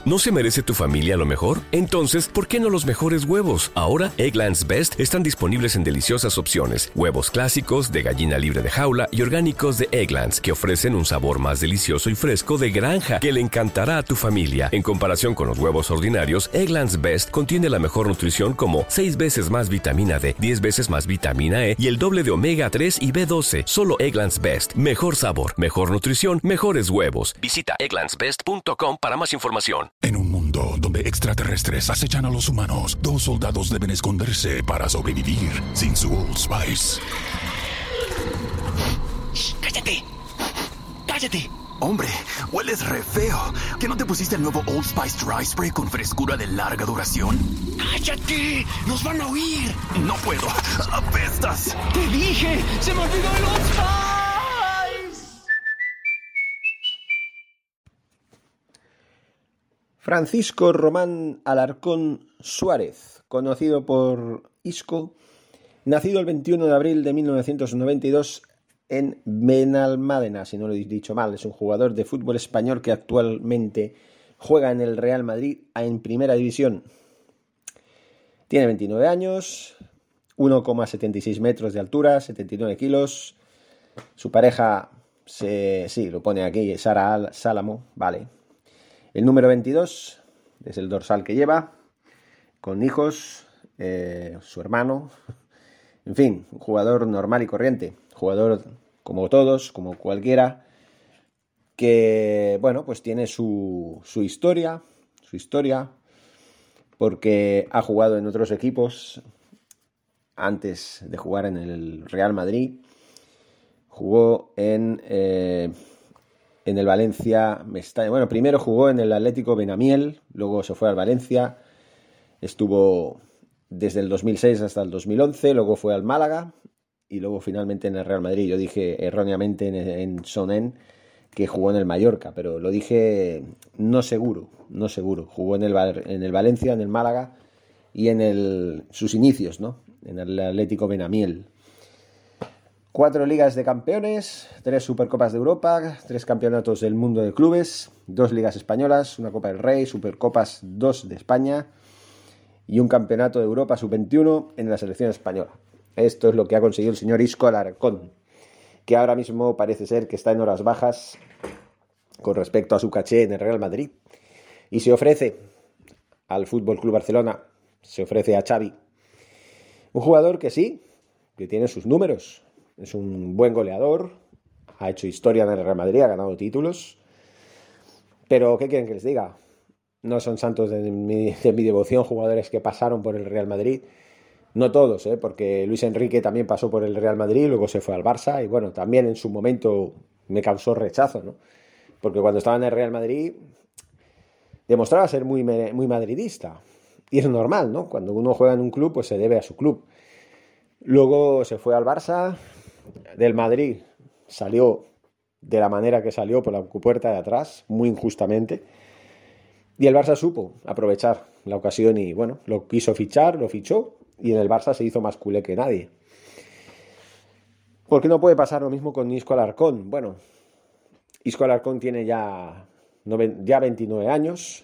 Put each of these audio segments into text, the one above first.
¿No se merece tu familia lo mejor? Entonces, ¿por qué no los mejores huevos? Ahora, Eggland's Best están disponibles en deliciosas opciones. Huevos clásicos, de gallina libre de jaula y orgánicos de Eggland's, que ofrecen un sabor más delicioso y fresco de granja que le encantará a tu familia. En comparación con los huevos ordinarios, Eggland's Best contiene la mejor nutrición como 6 veces más vitamina D, 10 veces más vitamina E y el doble de omega 3 y B12. Solo Eggland's Best. Mejor sabor, mejor nutrición, mejores huevos. Visita egglandsbest.com para más información. En un mundo donde extraterrestres acechan a los humanos, 2 soldados deben esconderse para sobrevivir sin su Old Spice. ¡Shh! ¡Cállate! ¡Cállate! Hombre, hueles re feo. ¿Que no te pusiste el nuevo Old Spice Dry Spray con frescura de larga duración? ¡Cállate! ¡Nos van a oír! No puedo. ¡Apestas! ¡Te dije! ¡Se me olvidó el Old Spice! Francisco Román Alarcón Suárez, conocido por Isco, nacido el 21 de abril de 1992 en Benalmádena, si no lo he dicho mal. Es un jugador de fútbol español que actualmente juega en el Real Madrid en Primera División. Tiene 29 años, 1,76 metros de altura, 79 kilos. Su pareja, sí, lo pone aquí, Sara Sálamo, vale. El número 22 es el dorsal que lleva, con hijos, su hermano. En fin, un jugador normal y corriente. Jugador como todos, como cualquiera, que, bueno, pues tiene su historia, porque ha jugado en otros equipos antes de jugar en el Real Madrid. Jugó en el Valencia, bueno, primero jugó en el Atlético Benamiel, luego se fue al Valencia, estuvo desde el 2006 hasta el 2011, luego fue al Málaga y luego finalmente en el Real Madrid. Yo dije erróneamente en Sonen que jugó en el Mallorca, pero lo dije no seguro. Jugó en el Valencia, en el Málaga y en sus inicios, ¿no? En el Atlético Benamiel. 4 ligas de campeones, 3 supercopas de Europa, 3 campeonatos del mundo de clubes, 2 ligas españolas, una Copa del Rey, supercopas 2 de España y un campeonato de Europa sub-21 en la selección española. Esto es lo que ha conseguido el señor Isco Alarcón, que ahora mismo parece ser que está en horas bajas con respecto a su caché en el Real Madrid y se ofrece al Fútbol Club Barcelona, se ofrece a Xavi, un jugador que sí, que tiene sus números. Es un buen goleador, ha hecho historia en el Real Madrid, ha ganado títulos. Pero, ¿qué quieren que les diga? No son santos de mi devoción jugadores que pasaron por el Real Madrid. No todos, porque Luis Enrique también pasó por el Real Madrid, luego se fue al Barça. Y bueno, también en su momento me causó rechazo, ¿no? Porque cuando estaba en el Real Madrid demostraba ser muy madridista. Y es normal, ¿no? Cuando uno juega en un club, pues se debe a su club. Luego se fue al Barça. Del Madrid salió de la manera que salió, por la puerta de atrás, muy injustamente, y el Barça supo aprovechar la ocasión y bueno, lo quiso fichar, lo fichó y en el Barça se hizo más culé que nadie. ¿Por qué no puede pasar lo mismo con Isco Alarcón? Bueno, Isco Alarcón tiene ya 29 años,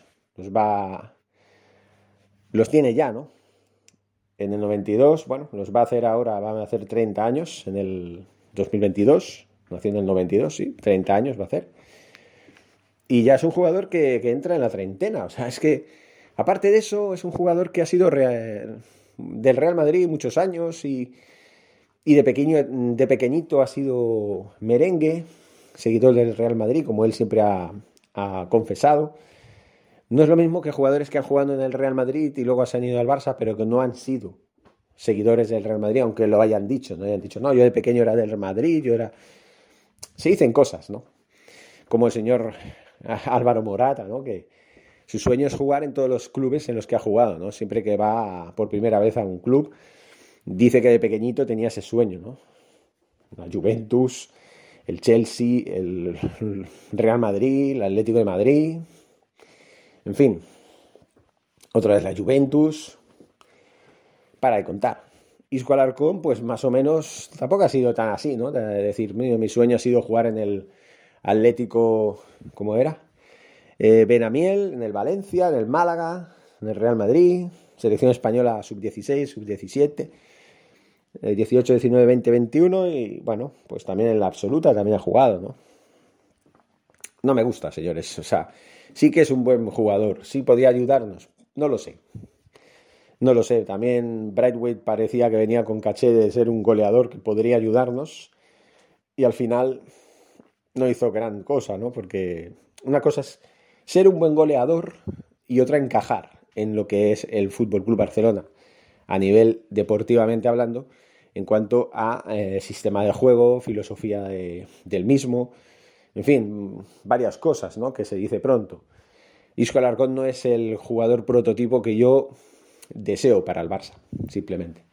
los tiene ya, ¿no? En el 92, bueno, los va a hacer ahora, van a hacer 30 años en el 2022, nació en el 92, sí, 30 años va a hacer. Y ya es un jugador que entra en la treintena, o sea, es que, aparte de eso, es un jugador que ha sido del Real Madrid muchos años y de pequeñito ha sido merengue, seguidor del Real Madrid, como él siempre ha confesado. No es lo mismo que jugadores que han jugado en el Real Madrid y luego se han ido al Barça, pero que no han sido seguidores del Real Madrid, aunque lo hayan dicho. No, yo de pequeño era del Real Madrid, Se dicen cosas, ¿no? Como el señor Álvaro Morata, ¿no? Que su sueño es jugar en todos los clubes en los que ha jugado, ¿no? Siempre que va por primera vez a un club, dice que de pequeñito tenía ese sueño, ¿no? La Juventus, el Chelsea, el Real Madrid, el Atlético de Madrid. En fin, otra vez la Juventus, para de contar. Isco Alarcón, pues más o menos, tampoco ha sido tan así, ¿no? De decir, mi sueño ha sido jugar en el Atlético, ¿cómo era? Benamiel en el Valencia, en el Málaga, en el Real Madrid, selección española sub-16, sub-17, 18, 19, 20, 21 y bueno, pues también en la absoluta también ha jugado, ¿no? No me gusta, señores, o sea, sí que es un buen jugador, sí podía ayudarnos, no lo sé. No lo sé, también Braithwaite parecía que venía con caché de ser un goleador que podría ayudarnos y al final no hizo gran cosa, ¿no? Porque una cosa es ser un buen goleador y otra encajar en lo que es el Fútbol Club Barcelona a nivel deportivamente hablando en cuanto a sistema de juego, filosofía del mismo, en fin, varias cosas, ¿no? Que se dice pronto. Isco Alarcón no es el jugador prototipo que yo deseo para el Barça, simplemente.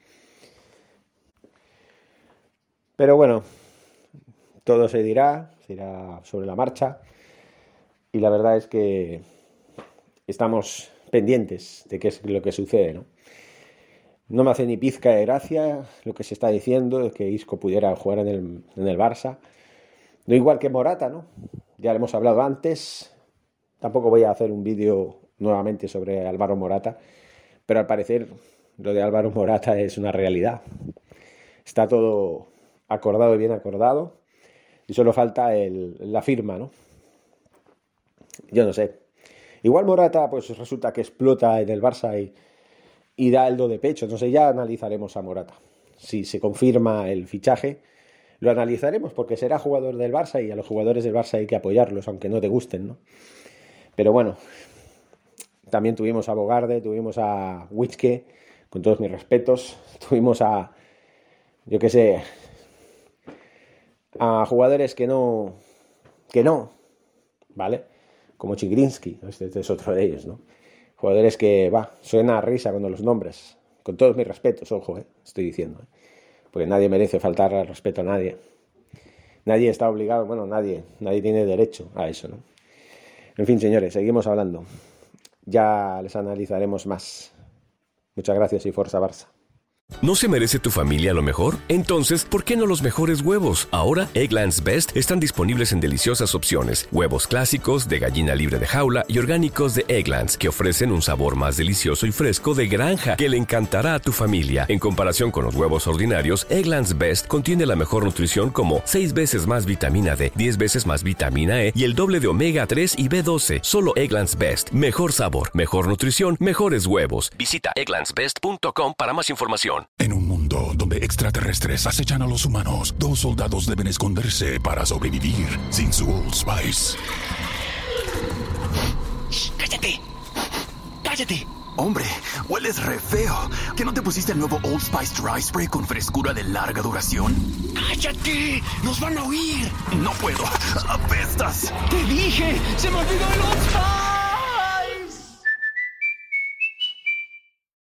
Pero bueno, todo se dirá sobre la marcha y la verdad es que estamos pendientes de qué es lo que sucede, ¿no? No me hace ni pizca de gracia lo que se está diciendo de que Isco pudiera jugar en el Barça. No igual que Morata, ¿no? Ya lo hemos hablado antes. Tampoco voy a hacer un vídeo nuevamente sobre Álvaro Morata, pero al parecer lo de Álvaro Morata es una realidad. Está todo acordado y bien acordado y solo falta la firma, ¿no? Yo no sé. Igual Morata pues resulta que explota en el Barça y da el do de pecho. No sé, ya analizaremos a Morata. Si se confirma el fichaje, lo analizaremos porque será jugador del Barça y a los jugadores del Barça hay que apoyarlos, aunque no te gusten, ¿no? Pero bueno, también tuvimos a Bogarde, tuvimos a Witske, con todos mis respetos, tuvimos a, yo qué sé, a jugadores que no, ¿vale? Como Chigrinsky, este es otro de ellos, ¿no? Jugadores que, suena a risa cuando los nombres, con todos mis respetos, ojo, estoy diciendo, porque nadie merece faltar al respeto a nadie. Nadie está obligado, bueno, nadie tiene derecho a eso, ¿no? En fin, señores, seguimos hablando. Ya les analizaremos más. Muchas gracias y Forza Barça. ¿No se merece tu familia lo mejor? Entonces, ¿por qué no los mejores huevos? Ahora, Eggland's Best están disponibles en deliciosas opciones. Huevos clásicos, de gallina libre de jaula y orgánicos de Eggland's, que ofrecen un sabor más delicioso y fresco de granja que le encantará a tu familia. En comparación con los huevos ordinarios, Eggland's Best contiene la mejor nutrición como 6 veces más vitamina D, 10 veces más vitamina E y el doble de omega 3 y B12. Solo Eggland's Best. Mejor sabor, mejor nutrición, mejores huevos. Visita egglandsbest.com para más información. En un mundo donde extraterrestres acechan a los humanos, 2 soldados deben esconderse para sobrevivir sin su Old Spice. ¡Cállate! ¡Cállate! Hombre, hueles re feo. ¿Que no te pusiste el nuevo Old Spice Dry Spray con frescura de larga duración? ¡Cállate! ¡Nos van a oír! No puedo. ¡Apestas! ¡Te dije! ¡Se me olvidó el Old